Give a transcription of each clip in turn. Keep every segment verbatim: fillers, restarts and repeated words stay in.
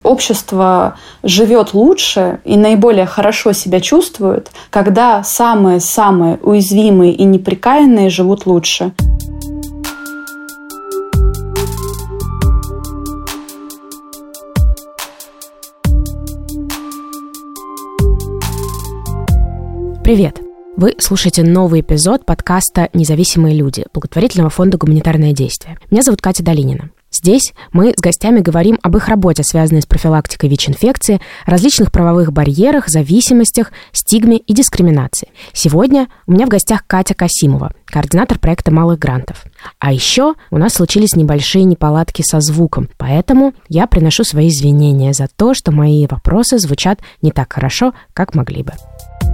общество живет лучше и наиболее хорошо себя чувствует, когда самые-самые уязвимые и неприкаянные живут лучше. Привет! Вы слушаете новый эпизод подкаста «Независимые люди» благотворительного фонда «Гуманитарное действие». Меня зовут Катя Долинина. Здесь мы с гостями говорим об их работе, связанной с профилактикой ВИЧ-инфекции, различных правовых барьерах, зависимостях, стигме и дискриминации. Сегодня у меня в гостях Катя Касимова, координатор проекта «Малых грантов». А еще у нас случились небольшие неполадки со звуком, поэтому я приношу свои извинения за то, что мои вопросы звучат не так хорошо, как могли бы.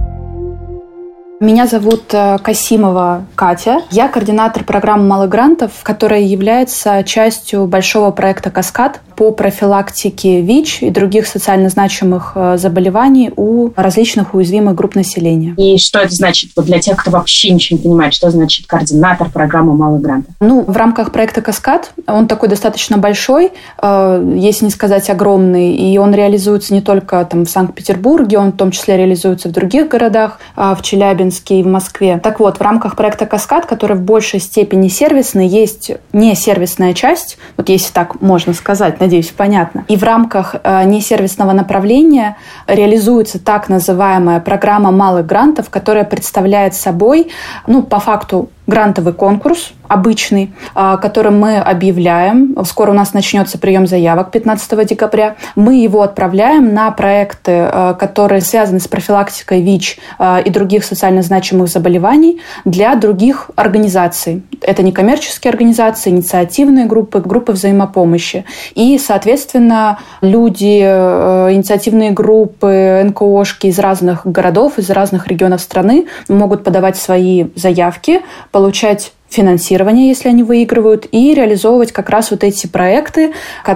Меня зовут Касимова Катя. Я координатор программы «Малых грантов», которая является частью большого проекта «Каскад» по профилактике ВИЧ и других социально значимых заболеваний у различных уязвимых групп населения. И что это значит вот для тех, кто вообще ничего не понимает, что значит координатор программы «Малых грантов»? Ну, в рамках проекта «Каскад» он такой достаточно большой, если не сказать огромный, и он реализуется не только там, в Санкт-Петербурге, он в том числе реализуется в других городах, в Челябинске и в Москве. Так вот, в рамках проекта «Каскад», который в большей степени сервисный, есть несервисная часть, вот если так можно сказать, надеюсь, понятно. И в рамках э, несервисного направления реализуется так называемая программа «Малых грантов», которая представляет собой, ну, по факту, грантовый конкурс обычный, который мы объявляем. Скоро у нас начнется прием заявок пятнадцатого декабря. Мы его отправляем на проекты, которые связаны с профилактикой ВИЧ и других социально значимых заболеваний для других организаций. Это некоммерческие организации, инициативные группы, группы взаимопомощи. И, соответственно, люди, инициативные группы, эн ка о-шки из разных городов, из разных регионов страны могут подавать свои заявки, получать финансирование, если они выигрывают, и реализовывать как раз вот эти проекты,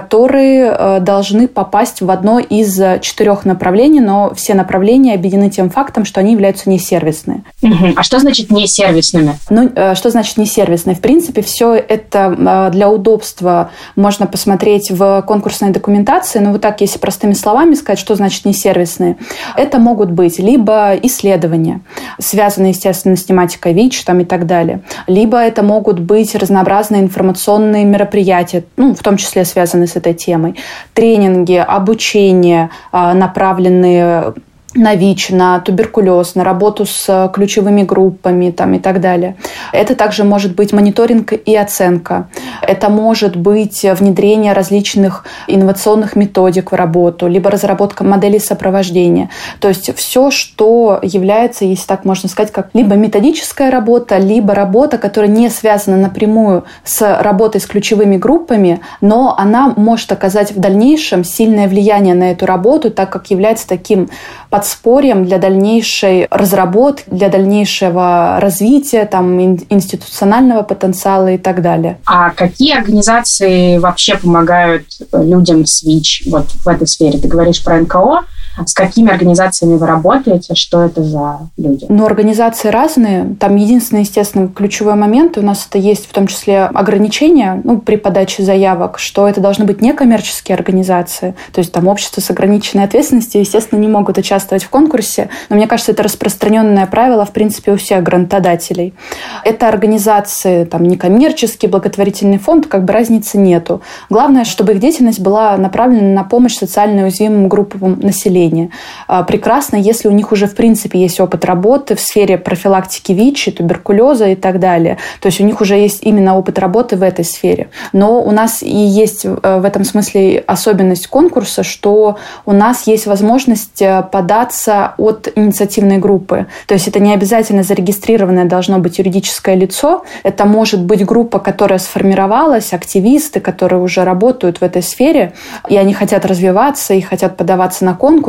которые должны попасть в одно из четырех направлений, но все направления объединены тем фактом, что они являются несервисными. Угу. А что значит несервисными? Ну, что значит несервисные? В принципе, все это для удобства можно посмотреть в конкурсной документации, но вот так, если простыми словами сказать, что значит несервисные, это могут быть либо исследования, связанные, естественно, с тематикой ВИЧ там, и так далее, либо это могут быть разнообразные информационные мероприятия, ну, в том числе связанные с этой темой, тренинги, обучение, направленные на ВИЧ, на туберкулез, на работу с ключевыми группами там, и так далее. Это также может быть мониторинг и оценка. Это может быть внедрение различных инновационных методик в работу, либо разработка моделей сопровождения. То есть все, что является, если так можно сказать, как либо методическая работа, либо работа, которая не связана напрямую с работой с ключевыми группами, но она может оказать в дальнейшем сильное влияние на эту работу, так как является таким подспорьем для дальнейшей разработки, для дальнейшего развития, там, институционального потенциала и так далее. А какие организации вообще помогают людям с ВИЧ вот в этой сфере? Ты говоришь про эн ка о. С какими организациями вы работаете? Что это за люди? Ну, организации разные. Там единственный, естественно, ключевой момент, у нас это есть в том числе ограничения, ну, при подаче заявок, что это должны быть некоммерческие организации. То есть там общества с ограниченной ответственностью, естественно, не могут участвовать в конкурсе. Но мне кажется, это распространенное правило, в принципе, у всех грантодателей. Это организации, там, некоммерческие, благотворительный фонд, как бы разницы нету. Главное, чтобы их деятельность была направлена на помощь социально уязвимым группам населения. Прекрасно, если у них уже, в принципе, есть опыт работы в сфере профилактики ВИЧ, туберкулеза и так далее. То есть у них уже есть именно опыт работы в этой сфере. Но у нас и есть в этом смысле особенность конкурса, что у нас есть возможность податься от инициативной группы. То есть это не обязательно зарегистрированное должно быть юридическое лицо. Это может быть группа, которая сформировалась, активисты, которые уже работают в этой сфере, и они хотят развиваться и хотят подаваться на конкурс.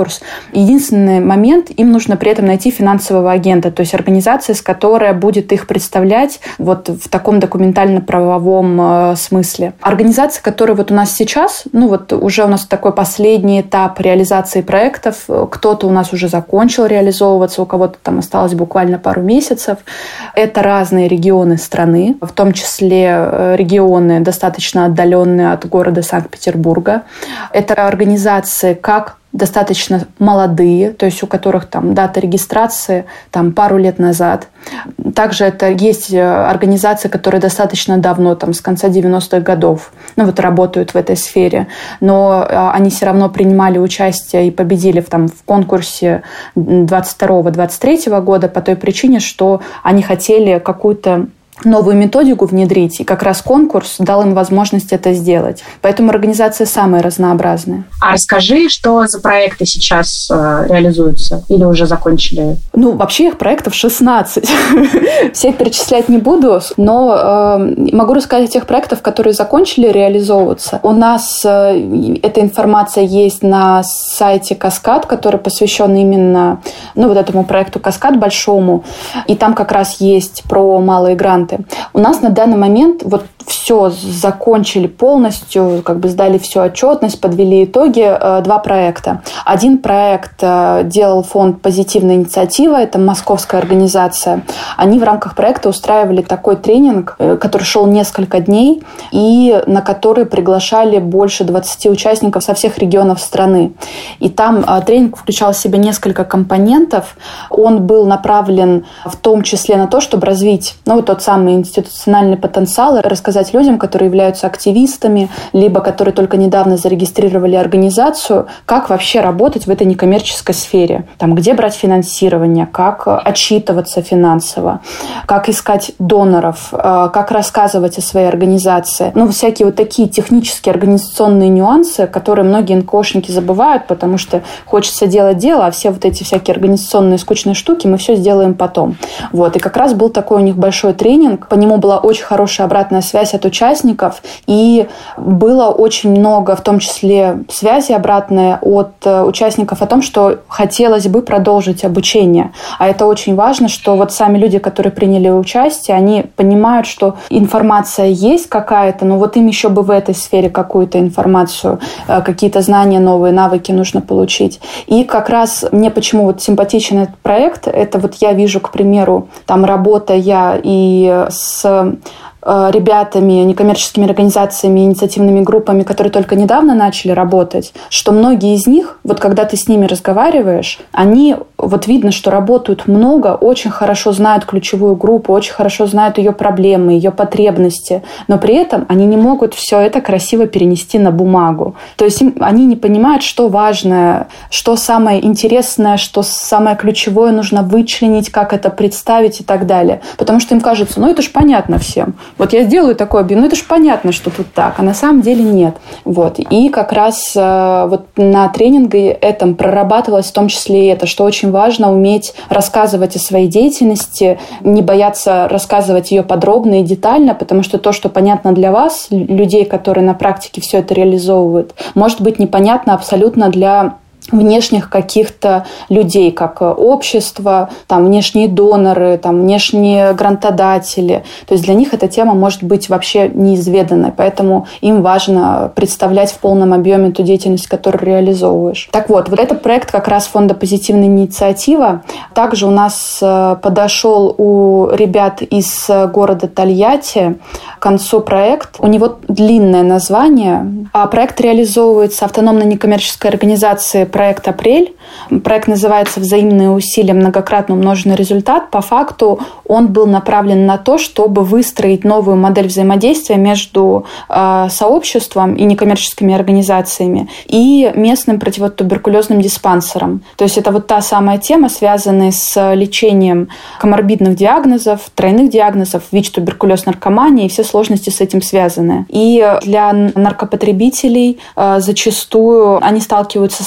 конкурс. Единственный момент, им нужно при этом найти финансового агента, то есть организации, которая будет их представлять вот в таком документально-правовом смысле. Организации, которые вот у нас сейчас, ну вот уже у нас такой последний этап реализации проектов, кто-то у нас уже закончил реализовываться, у кого-то там осталось буквально пару месяцев. Это разные регионы страны, в том числе регионы, достаточно отдаленные от города Санкт-Петербурга. Это организации как достаточно молодые, то есть у которых там дата регистрации там, пару лет назад. Также это есть организации, которые достаточно давно, там, с конца девяностых годов, ну, вот, работают в этой сфере, но они все равно принимали участие и победили в, там, в конкурсе двадцать второго — двадцать третьего года по той причине, что они хотели какую-то новую методику внедрить, и как раз конкурс дал им возможность это сделать. Поэтому организации самые разнообразные. А расскажи, что за проекты сейчас э, реализуются или уже закончили? Ну, вообще их проектов шестнадцать. Всех перечислять не буду, но э, могу рассказать о тех проектах, которые закончили реализовываться. У нас э, эта информация есть на сайте «Каскад», который посвящен именно ну, вот этому проекту «Каскад» большому, и там как раз есть про малые гранты. У нас на данный момент вот все закончили полностью, как бы сдали всю отчетность, подвели итоги, два проекта. Один проект делал фонд «Позитивная инициатива», это московская организация. Они в рамках проекта устраивали такой тренинг, который шел несколько дней, и на который приглашали больше двадцати участников со всех регионов страны. И там тренинг включал в себя несколько компонентов. Он был направлен в том числе на то, чтобы развить ну, вот тот самый институциональный потенциал, рассказать людям, которые являются активистами, либо которые только недавно зарегистрировали организацию, как вообще работать в этой некоммерческой сфере. Там, где брать финансирование, как отчитываться финансово, как искать доноров, как рассказывать о своей организации. Ну, всякие вот такие технические организационные нюансы, которые многие эн ка о-шники забывают, потому что хочется делать дело, а все вот эти всякие организационные скучные штуки мы все сделаем потом. Вот. И как раз был такой у них большой тренинг. По нему была очень хорошая обратная связь от участников, и было очень много, в том числе связи обратные от участников о том, что хотелось бы продолжить обучение. А это очень важно, что вот сами люди, которые приняли участие, они понимают, что информация есть какая-то, но вот им еще бы в этой сфере какую-то информацию, какие-то знания, новые навыки нужно получить. И как раз мне почему вот симпатичен этот проект, это вот я вижу, к примеру, там работая и с ребятами, некоммерческими организациями, инициативными группами, которые только недавно начали работать, что многие из них, вот когда ты с ними разговариваешь, они, вот видно, что работают много, очень хорошо знают ключевую группу, очень хорошо знают ее проблемы, ее потребности, но при этом они не могут все это красиво перенести на бумагу. То есть им, они не понимают, что важное, что самое интересное, что самое ключевое нужно вычленить, как это представить и так далее. Потому что им кажется, ну это ж понятно всем. Вот я сделаю такое объявление, ну это же понятно, что тут так, а на самом деле нет. Вот. И как раз э, вот на тренинге этом прорабатывалось в том числе и это, что очень важно уметь рассказывать о своей деятельности, не бояться рассказывать ее подробно и детально, потому что то, что понятно для вас, людей, которые на практике все это реализовывают, может быть непонятно абсолютно для внешних каких-то людей, как общество, там, внешние доноры, там, внешние грантодатели. То есть для них эта тема может быть вообще неизведанной, поэтому им важно представлять в полном объеме ту деятельность, которую реализовываешь. Так вот, вот этот проект как раз фонда «Позитивная инициатива». Также у нас подошел у ребят из города Тольятти к концу проект. У него длинное название. Проект реализовывается автономной некоммерческой организацией проект «Апрель». Проект называется «Взаимные усилия, многократно умноженный результат». По факту он был направлен на то, чтобы выстроить новую модель взаимодействия между э, сообществом и некоммерческими организациями и местным противотуберкулезным диспансером. То есть это вот та самая тема, связанная с лечением коморбидных диагнозов, тройных диагнозов, ВИЧ, туберкулез, наркомания и все сложности с этим связаны. И для наркопотребителей э, зачастую они сталкиваются со сложностями,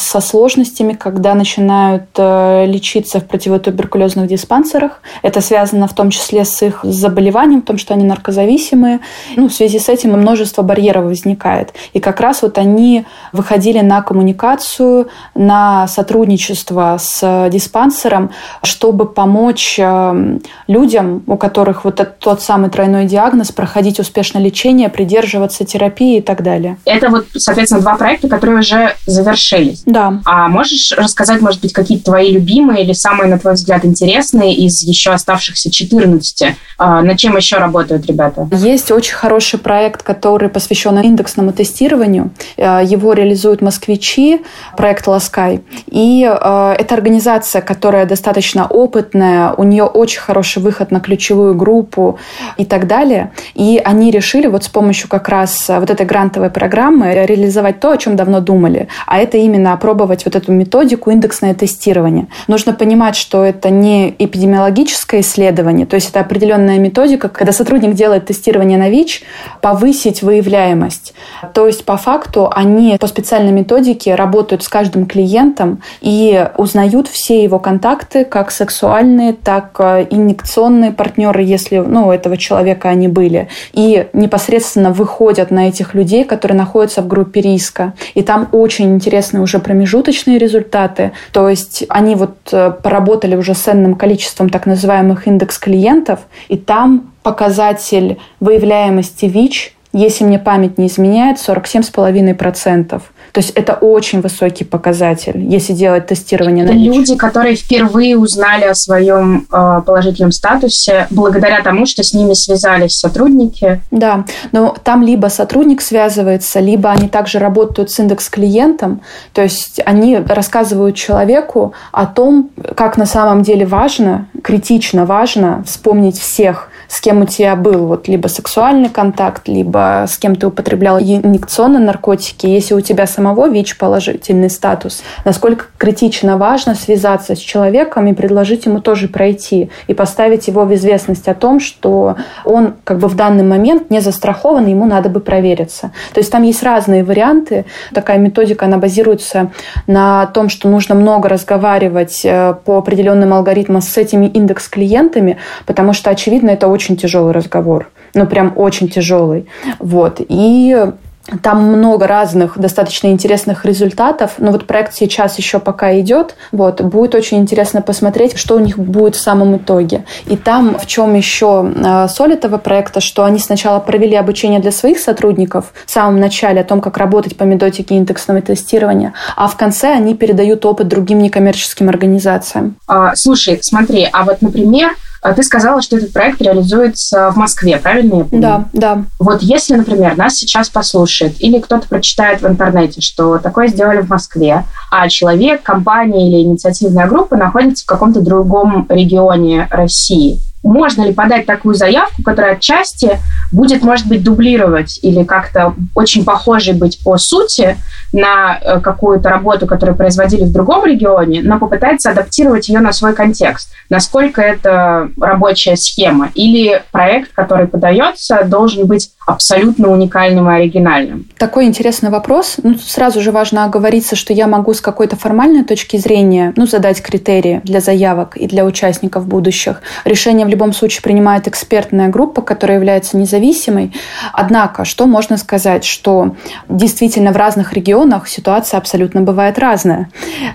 сложностями, когда начинают э, лечиться в противотуберкулезных диспансерах. Это связано в том числе с их заболеванием, в том, что они наркозависимые. Ну, в связи с этим множество барьеров возникает. И как раз вот они выходили на коммуникацию, на сотрудничество с диспансером, чтобы помочь э, людям, у которых вот этот, тот самый тройной диагноз, проходить успешно лечение, придерживаться терапии и так далее. Это вот, соответственно, два проекта, которые уже завершились. Да. А можешь рассказать, может быть, какие-то твои любимые или самые, на твой взгляд, интересные из еще оставшихся четырнадцати? Над чем еще работают ребята? Есть очень хороший проект, который посвящен индексному тестированию. Его реализуют москвичи, проект «Ласкай». И это организация, которая достаточно опытная, у нее очень хороший выход на ключевую группу и так далее. И они решили вот с помощью как раз вот этой грантовой программы реализовать то, о чем давно думали. А это именно опробовать вот эту методику индексное тестирование. Нужно понимать, что это не эпидемиологическое исследование, то есть это определенная методика, когда сотрудник делает тестирование на ВИЧ, повысить выявляемость. То есть по факту они по специальной методике работают с каждым клиентом и узнают все его контакты, как сексуальные, так и инъекционные партнеры, если ну, у этого человека они были. И непосредственно выходят на этих людей, которые находятся в группе риска. И там очень интересные уже промежуточные результаты. То есть они вот поработали уже с ценным количеством так называемых индекс-клиентов, и там показатель выявляемости ВИЧ, если мне память не изменяет, сорок семь целых пять десятых процента. То есть это очень высокий показатель, если делать тестирование это на ВИЧ. Люди, которые впервые узнали о своем э, положительном статусе благодаря тому, что с ними связались сотрудники. Да, но там либо сотрудник связывается, либо они также работают с индекс-клиентом, то есть они рассказывают человеку о том, как на самом деле важно, критично важно вспомнить всех, с кем у тебя был вот либо сексуальный контакт, либо с кем ты употреблял инъекционные наркотики. Если у тебя самого ВИЧ положительный статус, насколько критично важно связаться с человеком и предложить ему тоже пройти и поставить его в известность о том, что он как бы в данный момент не застрахован, ему надо бы провериться. То есть там есть разные варианты. Такая методика, она базируется на том, что нужно много разговаривать по определенным алгоритмам с этими индекс-клиентами, потому что, очевидно, это очень тяжелый разговор. Ну, прям очень тяжелый. Вот. И там много разных достаточно интересных результатов, но вот проект сейчас еще пока идет. Вот, будет очень интересно посмотреть, что у них будет в самом итоге. И там в чем еще соль этого проекта, что они сначала провели обучение для своих сотрудников в самом начале о том, как работать по методике индексного тестирования, а в конце они передают опыт другим некоммерческим организациям. А, слушай, смотри, а вот, например, ты сказала, что этот проект реализуется в Москве, правильно я помню? Да, да. Вот если, например, нас сейчас послушает или кто-то прочитает в интернете, что такое сделали в Москве, а человек, компания или инициативная группа находится в каком-то другом регионе России, можно ли подать такую заявку, которая отчасти будет, может быть, дублировать или как-то очень похожей быть по сути на какую-то работу, которую производили в другом регионе, но попытается адаптировать ее на свой контекст? Насколько это рабочая схема? Или проект, который подается, должен быть абсолютно уникальным и оригинальным? Такой интересный вопрос. Ну, сразу же важно оговориться, что я могу с какой-то формальной точки зрения ну, задать критерии для заявок и для участников будущих. Решение в любом случае принимает экспертная группа, которая является независимой. Однако, что можно сказать, что действительно в разных регионах ситуация абсолютно бывает разная.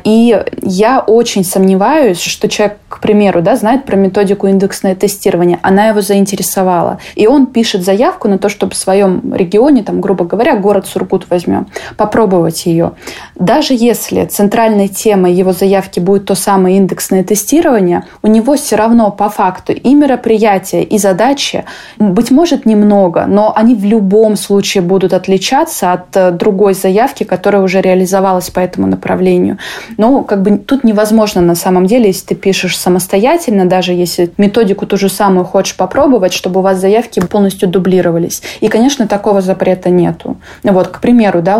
И я очень сомневаюсь, что человек, к примеру, да, знает про методику индексное тестирование, она его заинтересовала. И он пишет заявку на то, чтобы в своем регионе, там, грубо говоря, город Сургут возьмем, попробовать ее. Даже если центральной темой его заявки будет то самое индексное тестирование, у него все равно по факту и мероприятия, и задачи, быть может, немного, но они в любом случае будут отличаться от другой заявки, которая уже реализовалась по этому направлению. Но как бы тут невозможно на самом деле, если ты пишешь самостоятельно, даже если методику ту же самую хочешь попробовать, чтобы у вас заявки полностью дублировались. И, конечно, такого запрета нету. Вот, к примеру, да, у нас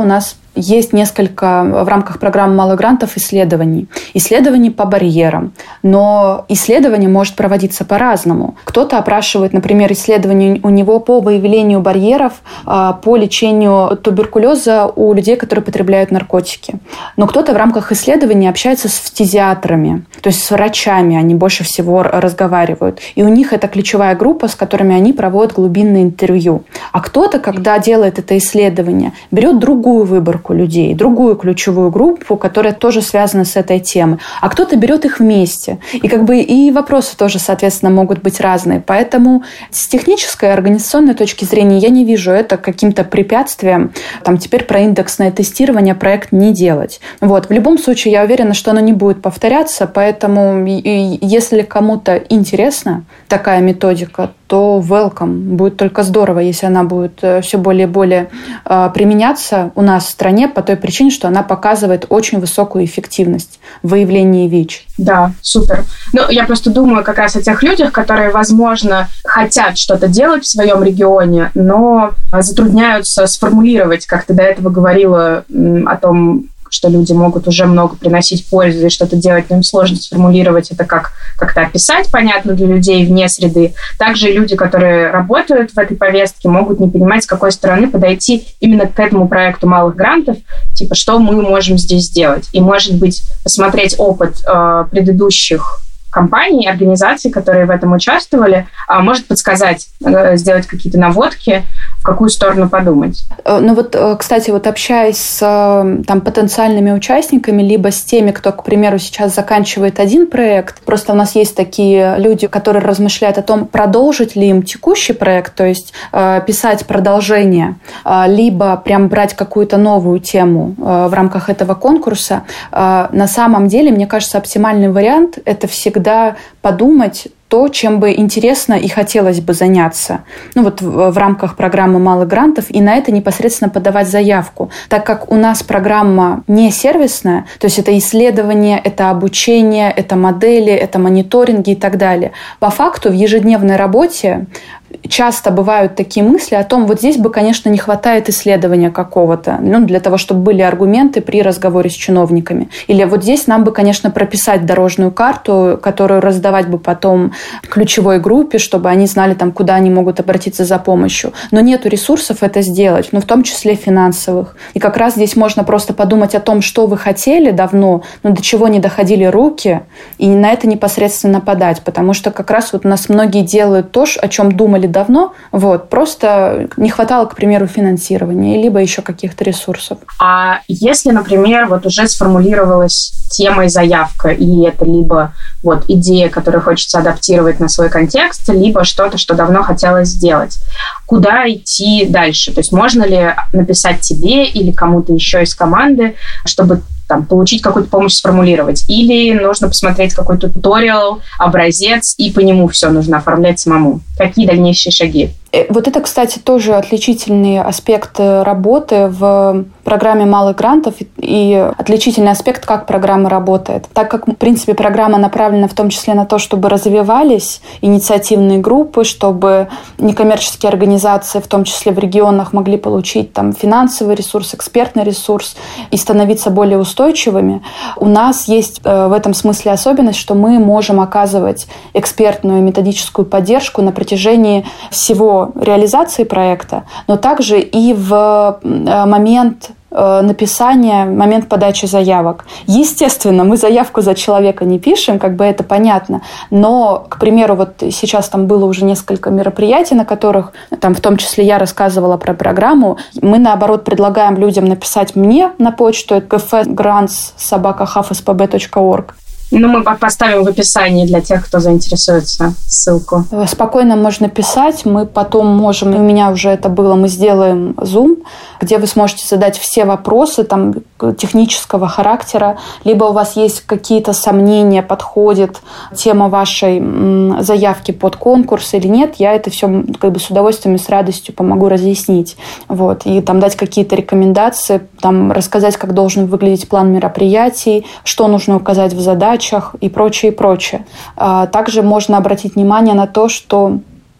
Есть несколько в рамках программы «Малых грантов» исследований. Исследований по барьерам. Но исследование может проводиться по-разному. Кто-то опрашивает, например, исследование у него по выявлению барьеров по лечению туберкулеза у людей, которые потребляют наркотики. Но кто-то в рамках исследований общается с фтизиатрами, то есть с врачами. Они больше всего разговаривают. И у них это ключевая группа, с которыми они проводят глубинные интервью. А кто-то, когда делает это исследование, берет другую выборку людей, другую ключевую группу, которая тоже связана с этой темой. А кто-то берет их вместе. И как бы и вопросы тоже, соответственно, могут быть разные. Поэтому с технической и организационной точки зрения я не вижу это каким-то препятствием. Там теперь про индексное тестирование проект не делать. Вот. В любом случае, я уверена, что оно не будет повторяться, поэтому если кому-то интересна такая методика, то welcome. Будет только здорово, если она будет все более и более применяться у нас в стране по той причине, что она показывает очень высокую эффективность в выявлении ВИЧ. Да, супер. Ну, я просто думаю как раз о тех людях, которые, возможно, хотят что-то делать в своем регионе, но затрудняются сформулировать, как ты до этого говорила о том, что люди могут уже много приносить пользу и что-то делать, но им сложно сформулировать это как как-то описать, понятно, для людей вне среды. Также и люди, которые работают в этой повестке, могут не понимать, с какой стороны подойти именно к этому проекту малых грантов, типа, что мы можем здесь сделать. И, может быть, посмотреть опыт э, предыдущих компаний, организаций, которые в этом участвовали, а может подсказать, э, сделать какие-то наводки, в какую сторону подумать. Ну вот, кстати, вот общаясь с там, потенциальными участниками, либо с теми, кто, к примеру, сейчас заканчивает один проект, просто у нас есть такие люди, которые размышляют о том, продолжить ли им текущий проект, то есть э, писать продолжение, э, либо прям брать какую-то новую тему э, в рамках этого конкурса. Э, на самом деле, мне кажется, оптимальный вариант – это всегда подумать, то, чем бы интересно и хотелось бы заняться. Ну вот в, в рамках программы «Малых грантов» и на это непосредственно подавать заявку. Так как у нас программа не сервисная, то есть это исследование, это обучение, это модели, это мониторинги и так далее. По факту в ежедневной работе часто бывают такие мысли о том, вот здесь бы, конечно, не хватает исследования какого-то, ну, для того, чтобы были аргументы при разговоре с чиновниками. Или вот здесь нам бы, конечно, прописать дорожную карту, которую раздавать бы потом ключевой группе, чтобы они знали, там, куда они могут обратиться за помощью. Но нету ресурсов это сделать, ну, в том числе финансовых. И как раз здесь можно просто подумать о том, что вы хотели давно, но до чего не доходили руки, и на это непосредственно подать. Потому что как раз вот у нас многие делают то, о чем думали давно, вот, просто не хватало, к примеру, финансирования, либо еще каких-то ресурсов. А если, например, вот уже сформулировалась тема и заявка, и это либо вот идея, которую хочется адаптировать на свой контекст, либо что-то, что давно хотелось сделать, куда идти дальше? То есть можно ли написать тебе или кому-то еще из команды, чтобы там, получить какую-то помощь сформулировать? Или нужно посмотреть какой-то туториал, образец, и по нему все нужно оформлять самому? Какие дальнейшие шаги? Вот это, кстати, тоже отличительный аспект работы в программе «Малых грантов» и отличительный аспект, как программа работает. Так как, в принципе, программа направлена в том числе на то, чтобы развивались инициативные группы, чтобы некоммерческие организации, в том числе в регионах, могли получить там финансовый ресурс, экспертный ресурс и становиться более устойчивыми, у нас есть в этом смысле особенность, что мы можем оказывать экспертную и методическую поддержку на протяжении всего реализации проекта, но также и в момент написания, момент подачи заявок. Естественно, мы заявку за человека не пишем, как бы это понятно, но, к примеру, вот сейчас там было уже несколько мероприятий, на которых, там, в том числе я рассказывала про программу, мы, наоборот, предлагаем людям написать мне на почту gfgrants собака хафспб точка орг. Ну, мы поставим в описании для тех, кто заинтересуется, ссылку. Спокойно можно писать. Мы потом можем, у меня уже это было, мы сделаем Zoom, где вы сможете задать все вопросы там, технического характера. Либо у вас есть какие-то сомнения, подходит тема вашей заявки под конкурс или нет. Я это все как бы с удовольствием и с радостью помогу разъяснить. Вот. И там дать какие-то рекомендации, там, рассказать, как должен выглядеть план мероприятий, что нужно указать в задачах, и прочее, и прочее. Также можно обратить внимание на то, что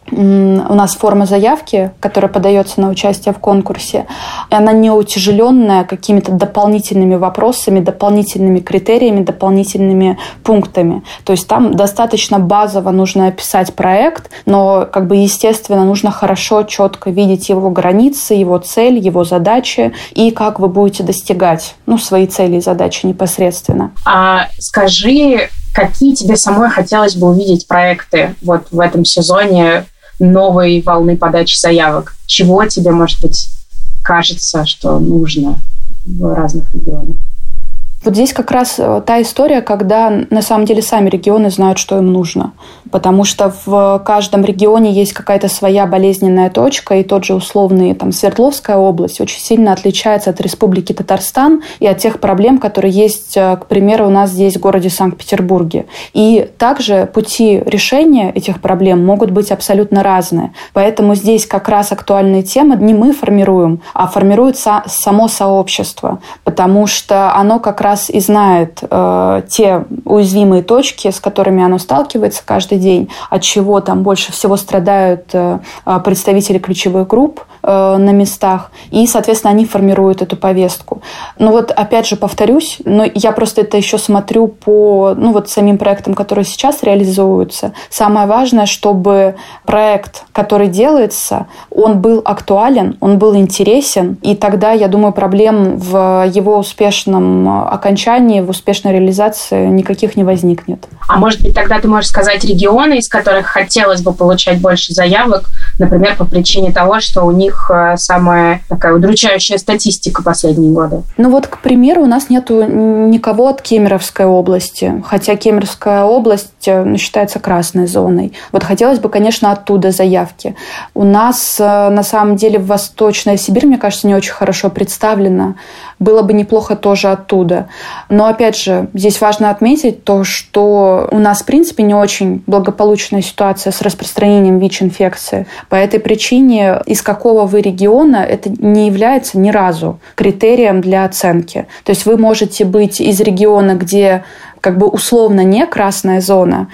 у нас форма заявки, которая подается на участие в конкурсе, она не утяжеленная какими-то дополнительными вопросами, дополнительными критериями, дополнительными пунктами. То есть там достаточно базово нужно описать проект, но, как бы, естественно, нужно хорошо, четко видеть его границы, его цель, его задачи и как вы будете достигать, ну, свои цели и задачи непосредственно. А скажи, какие тебе самой хотелось бы увидеть проекты вот в этом сезоне новой волны подачи заявок? Чего тебе, может быть, кажется, что нужно в разных регионах? Вот здесь как раз та история, когда на самом деле сами регионы знают, что им нужно. Потому что в каждом регионе есть какая-то своя болезненная точка, и тот же условный там, Свердловская область очень сильно отличается от Республики Татарстан и от тех проблем, которые есть, к примеру, у нас здесь в городе Санкт-Петербурге. И также пути решения этих проблем могут быть абсолютно разные. Поэтому здесь как раз актуальные темы не мы формируем, а формирует само сообщество, потому что оно как раз и знает э, те уязвимые точки, с которыми оно сталкивается каждый день, от чего там больше всего страдают э, представители ключевых групп э, на местах, и, соответственно, они формируют эту повестку. Но вот, опять же, повторюсь, но я просто это еще смотрю по ну, вот самим проектам, которые сейчас реализуются. Самое важное, чтобы проект, который делается, он был актуален, он был интересен, и тогда, я думаю, проблем в его успешном окончании, в успешной реализации никаких не возникнет. А может быть, тогда ты можешь сказать регионы, из которых хотелось бы получать больше заявок, например, по причине того, что у них самая такая удручающая статистика последние годы? Ну вот, к примеру, у нас нету никого от Кемеровской области, хотя Кемеровская область считается красной зоной. Вот хотелось бы, конечно, оттуда заявки. У нас, на самом деле, Восточная Сибирь, мне кажется, не очень хорошо представлена. Было бы неплохо тоже оттуда. Но, опять же, здесь важно отметить то, что у нас, в принципе, не очень благополучная ситуация с распространением ВИЧ-инфекции. По этой причине, из какого вы региона, это не является ни разу критерием для оценки. То есть вы можете быть из региона, где как бы условно не красная зона,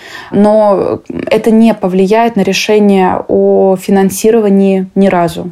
но это не повлияет на решение о финансировании ни разу.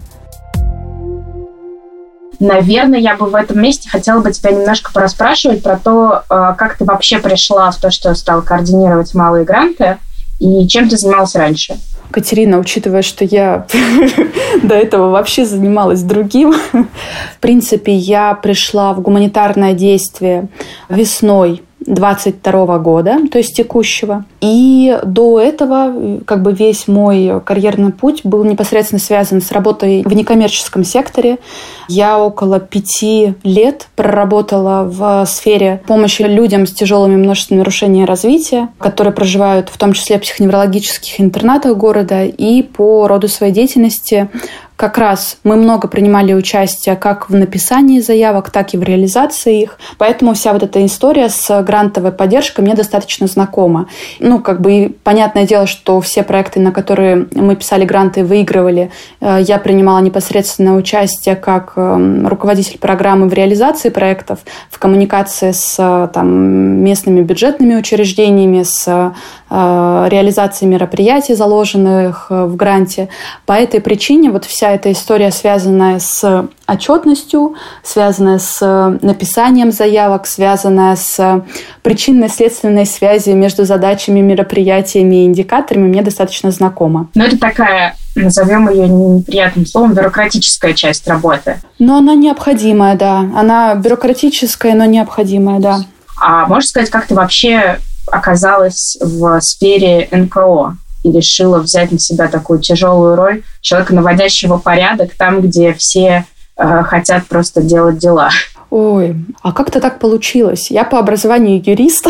Наверное, я бы в этом месте хотела бы тебя немножко порасспрашивать про то, как ты вообще пришла в то, что стала координировать малые гранты, и чем ты занималась раньше. Катерина, учитывая, что я до этого вообще занималась другим, в принципе, я пришла в гуманитарное действие весной двадцать второго года, то есть текущего. И до этого как бы весь мой карьерный путь был непосредственно связан с работой в некоммерческом секторе. Я около пяти лет проработала в сфере помощи людям с тяжелыми множественными нарушениями развития, которые проживают в том числе в психоневрологических интернатах города, и по роду своей деятельности как раз мы много принимали участие как в написании заявок, так и в реализации их. Поэтому вся вот эта история с грантовой поддержкой мне достаточно знакома. Ну, как бы, понятное дело, что все проекты, на которые мы писали гранты и выигрывали, я принимала непосредственное участие как руководитель программы в реализации проектов, в коммуникации с там, местными бюджетными учреждениями, с реализацией мероприятий, заложенных в гранте. По этой причине вот вся эта история, связанная с отчетностью, связанная с написанием заявок, связанная с причинно-следственной связью между задачами, мероприятиями и индикаторами, мне достаточно знакома. Но это такая, назовем ее неприятным словом, бюрократическая часть работы. Но она необходимая, да. Она бюрократическая, но необходимая, да. А можешь сказать, как ты вообще оказалась в сфере эн ка о и решила взять на себя такую тяжелую роль человека, наводящего порядок там, где все э, хотят просто делать дела? Ой, а как-то так получилось. Я по образованию юрист,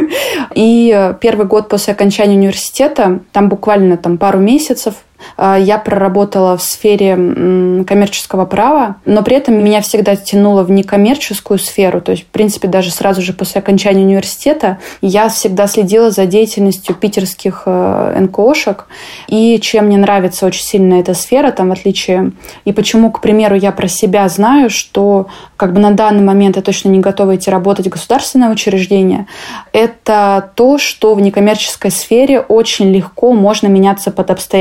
и первый год после окончания университета, там буквально там, пару месяцев, я проработала в сфере коммерческого права, но при этом меня всегда тянуло в некоммерческую сферу. То есть, в принципе, даже сразу же после окончания университета я всегда следила за деятельностью питерских эн ка о-шек. И чем мне нравится очень сильно эта сфера, там, в отличие... И почему, к примеру, я про себя знаю, что как бы на данный момент я точно не готова идти работать в государственное учреждение, это то, что в некоммерческой сфере очень легко можно меняться под обстоятельства.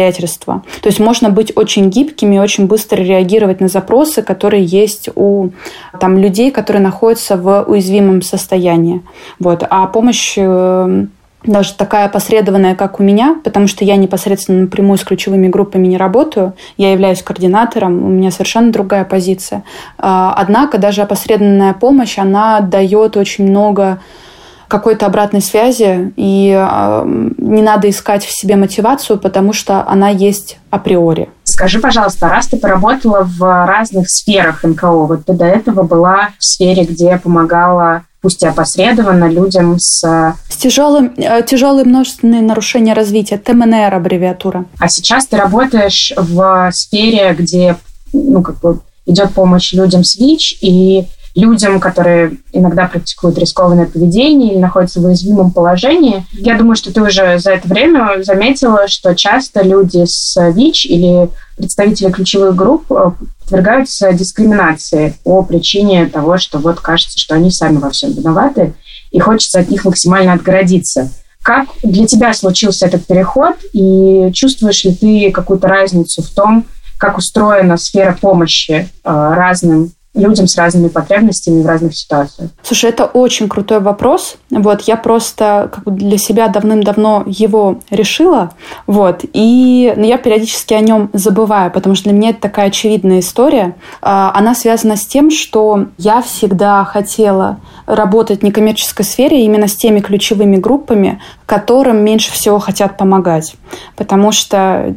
сообщества. То есть можно быть очень гибкими, очень быстро реагировать на запросы, которые есть у там, людей, которые находятся в уязвимом состоянии. Вот. А помощь даже такая опосредованная, как у меня, потому что я непосредственно напрямую с ключевыми группами не работаю, я являюсь координатором, у меня совершенно другая позиция. Однако даже опосредованная помощь, она дает очень много какой-то обратной связи, и не надо искать в себе мотивацию, потому что она есть априори. Скажи, пожалуйста, раз ты поработала в разных сферах эн ка о, вот ты до этого была в сфере, где помогала, пусть и опосредованно, людям с... С тяжелым, тяжелые множественные нарушения развития, тэ эм эн эр аббревиатура. А сейчас ты работаешь в сфере, где ну, как бы идет помощь людям с ВИЧ и людям, которые иногда практикуют рискованное поведение или находятся в уязвимом положении. Я думаю, что ты уже за это время заметила, что часто люди с ВИЧ или представители ключевых групп подвергаются дискриминации по причине того, что вот кажется, что они сами во всем виноваты, и хочется от них максимально отгородиться. Как для тебя случился этот переход, и чувствуешь ли ты какую-то разницу в том, как устроена сфера помощи разным людям с разными потребностями в разных ситуациях? Слушай, это очень крутой вопрос. Вот, я просто как бы для себя давным-давно его решила. Вот, и но я периодически о нем забываю, потому что для меня это такая очевидная история. Она связана с тем, что я всегда хотела работать в некоммерческой сфере именно с теми ключевыми группами, которым меньше всего хотят помогать. Потому что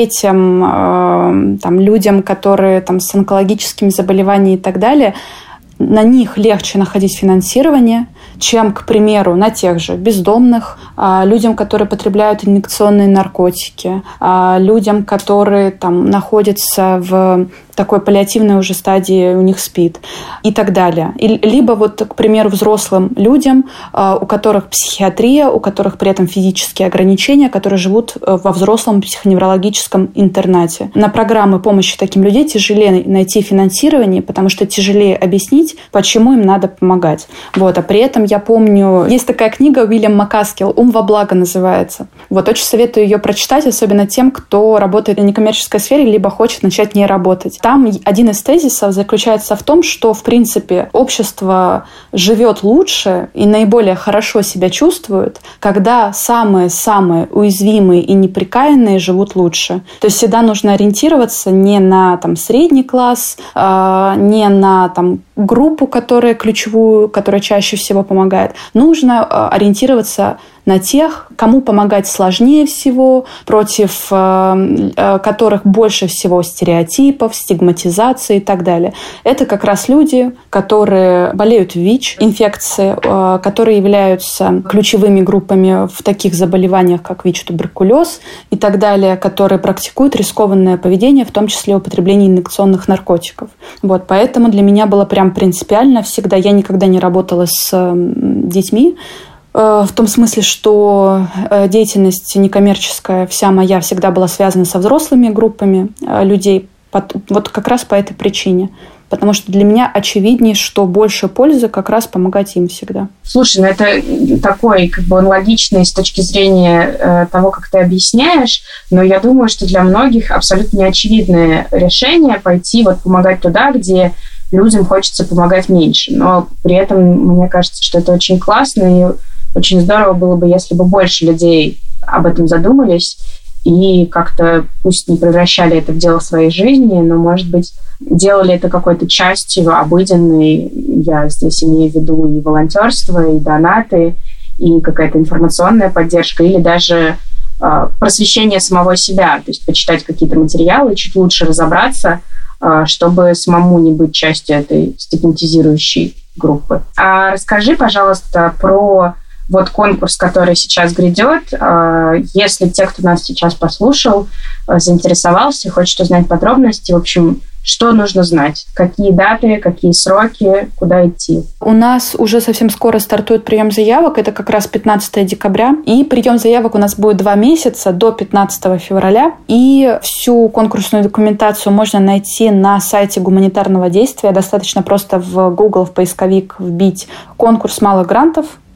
детям, там, людям, которые там, с онкологическими заболеваниями и так далее, на них легче находить финансирование, чем, к примеру, на тех же бездомных, людям, которые потребляют инъекционные наркотики, людям, которые там, находятся в такой паллиативной уже стадии, у них СПИД и так далее. И, либо, вот, к примеру, взрослым людям, у которых психиатрия, у которых при этом физические ограничения, которые живут во взрослом психоневрологическом интернате. На программы помощи таким людям тяжелее найти финансирование, потому что тяжелее объяснить, почему им надо помогать. Вот. А при этом я помню, есть такая книга Уильям Макаскил «Ум во благо» называется. Вот. Очень советую ее прочитать, особенно тем, кто работает в некоммерческой сфере, либо хочет начать в ней работать. Там один из тезисов заключается в том, что, в принципе, общество живет лучше и наиболее хорошо себя чувствует, когда самые-самые уязвимые и неприкаянные живут лучше. То есть всегда нужно ориентироваться не на там, средний класс, э, не на там, группу, которая ключевую, которая чаще всего помогает. Нужно э, ориентироваться на тех, кому помогать сложнее всего, против э, э, которых больше всего стереотипов, стигматизации и так далее. Это как раз люди, которые болеют ВИЧ, инфекции, э, которые являются ключевыми группами в таких заболеваниях, как ВИЧ, туберкулез и так далее, которые практикуют рискованное поведение, в том числе употребление инъекционных наркотиков. Вот, поэтому для меня было прям принципиально всегда. Я никогда не работала с э, детьми, в том смысле, что деятельность некоммерческая вся моя всегда была связана со взрослыми группами людей. Вот как раз по этой причине. Потому что для меня очевиднее, что больше пользы как раз помогать им всегда. Слушай, ну это такой, как бы он логичный с точки зрения того, как ты объясняешь, но я думаю, что для многих абсолютно неочевидное решение пойти вот помогать туда, где людям хочется помогать меньше. Но при этом мне кажется, что это очень классно, и очень здорово было бы, если бы больше людей об этом задумались и как-то, пусть не превращали это в дело своей жизни, но, может быть, делали это какой-то частью обыденной. Я здесь имею в виду и волонтерство, и донаты, и какая-то информационная поддержка, или даже э, просвещение самого себя, то есть почитать какие-то материалы, чуть лучше разобраться, э, чтобы самому не быть частью этой стигматизирующей группы. А расскажи, пожалуйста, про вот конкурс, который сейчас грядет. Если те, кто нас сейчас послушал, заинтересовался, хочет узнать подробности, в общем, что нужно знать? Какие даты, какие сроки, куда идти? У нас уже совсем скоро стартует прием заявок. Это как раз пятнадцатого декабря. И прием заявок у нас будет два месяца, до пятнадцатого февраля. И всю конкурсную документацию можно найти на сайте гуманитарного действия. Достаточно просто в Google, в поисковик вбить «Конкурс малых грантов».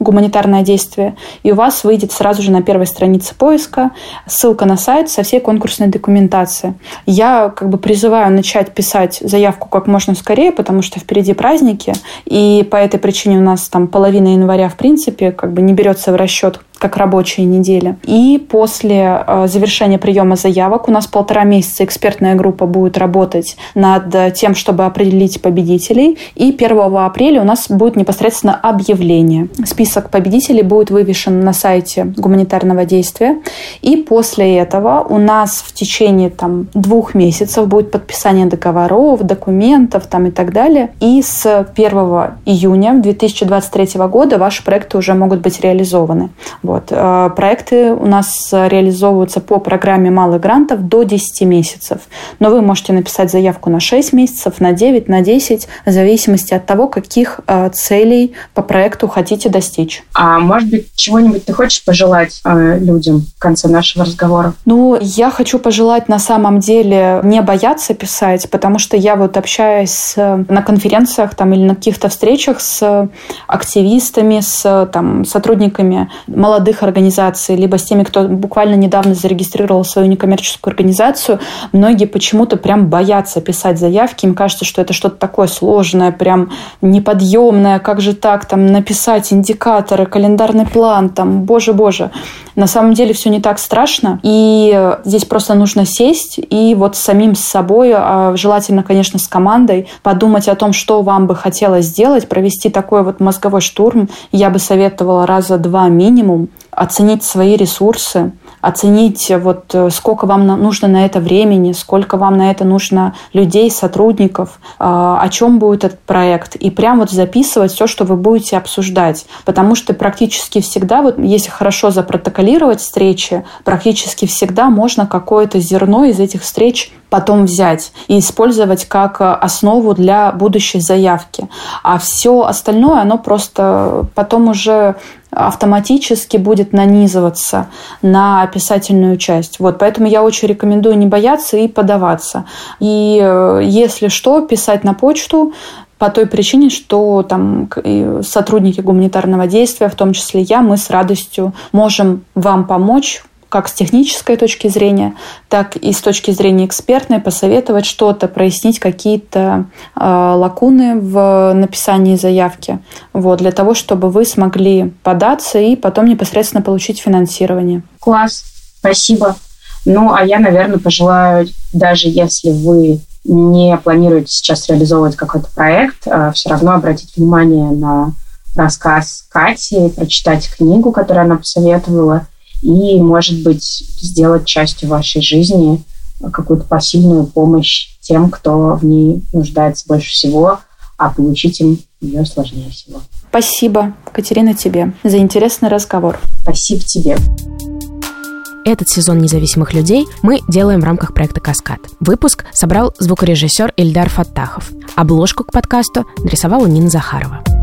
«Гуманитарное действие», и у вас выйдет сразу же на первой странице поиска ссылка на сайт со всей конкурсной документацией. Я как бы призываю начать писать заявку как можно скорее, потому что впереди праздники, и по этой причине у нас там половина января в принципе как бы не берется в расчет как рабочие недели. И после э, завершения приема заявок у нас полтора месяца экспертная группа будет работать над тем, чтобы определить победителей. И первого апреля у нас будет непосредственно объявление. Список победителей будет вывешен на сайте гуманитарного действия. И после этого у нас в течение там, двух месяцев будет подписание договоров, документов там, и так далее. И с первого июня две тысячи двадцать третьего года ваши проекты уже могут быть реализованы. Вот. Проекты у нас реализовываются по программе малых грантов до десяти месяцев. Но вы можете написать заявку на шесть месяцев, на девять, на десять, в зависимости от того, каких целей по проекту хотите достичь. А может быть, чего-нибудь ты хочешь пожелать э, людям в конце нашего разговора? Ну, я хочу пожелать на самом деле не бояться писать, потому что я вот общаюсь с, на конференциях там, или на каких-то встречах с активистами, с там, сотрудниками молодых организаций, либо с теми, кто буквально недавно зарегистрировал свою некоммерческую организацию. Многие почему-то прям боятся писать заявки. Им кажется, что это что-то такое сложное, прям неподъемное. Как же так? Там написать индикаторы, календарный план, там, боже-боже. На самом деле все не так страшно. И здесь просто нужно сесть и вот с самим с собой, а желательно, конечно, с командой, подумать о том, что вам бы хотелось сделать, провести такой вот мозговой штурм. Я бы советовала раза два минимум, оценить свои ресурсы, оценить, вот, сколько вам нужно на это времени, сколько вам на это нужно людей, сотрудников, о чем будет этот проект. И прям вот записывать все, что вы будете обсуждать. Потому что практически всегда, вот, если хорошо запротоколировать встречи, практически всегда можно какое-то зерно из этих встреч потом взять и использовать как основу для будущей заявки. А все остальное, оно просто потом уже автоматически будет нанизываться на описательную часть. Вот, поэтому я очень рекомендую не бояться и подаваться. И если что, писать на почту, по той причине, что там сотрудники гуманитарного действия, в том числе я, мы с радостью можем вам помочь, как с технической точки зрения, так и с точки зрения экспертной, посоветовать что-то, прояснить какие-то э, лакуны в написании заявки, вот, для того, чтобы вы смогли податься и потом непосредственно получить финансирование. Класс, спасибо. Ну, а я, наверное, пожелаю, даже если вы не планируете сейчас реализовывать какой-то проект, э, все равно обратить внимание на рассказ Кати, прочитать книгу, которую она посоветовала, и, может быть, сделать частью вашей жизни какую-то посильную помощь тем, кто в ней нуждается больше всего, а получить им ее сложнее всего. Спасибо, Катерина, тебе за интересный разговор. Спасибо тебе. Этот сезон «Независимых людей» мы делаем в рамках проекта «Каскад». Выпуск собрал звукорежиссер Ильдар Фаттахов. Обложку к подкасту нарисовала Нина Захарова.